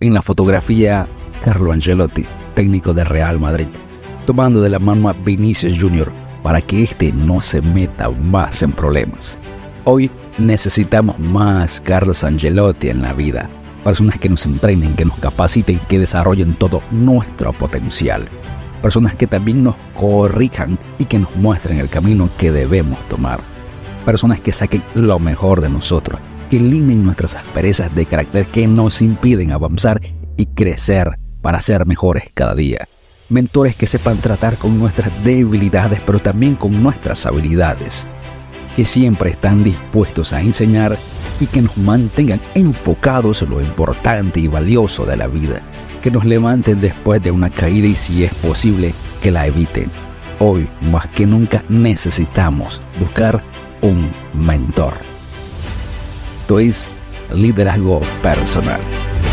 En la fotografía, Carlo Ancelotti, técnico de Real Madrid, tomando de la mano a Vinicius Jr. para que éste no se meta más en problemas. Hoy necesitamos más Carlos Ancelotti en la vida. Personas que nos entrenen, que nos capaciten, que desarrollen todo nuestro potencial. Personas que también nos corrijan y que nos muestren el camino que debemos tomar. Personas que saquen lo mejor de nosotros, que eliminen nuestras asperezas de carácter que nos impiden avanzar y crecer para ser mejores cada día. Mentores que sepan tratar con nuestras debilidades, pero también con nuestras habilidades. Que siempre están dispuestos a enseñar y que nos mantengan enfocados en lo importante y valioso de la vida. Que nos levanten después de una caída y, si es posible, que la eviten. Hoy, más que nunca, necesitamos buscar un mentor. Esto es Liderazgo Personal.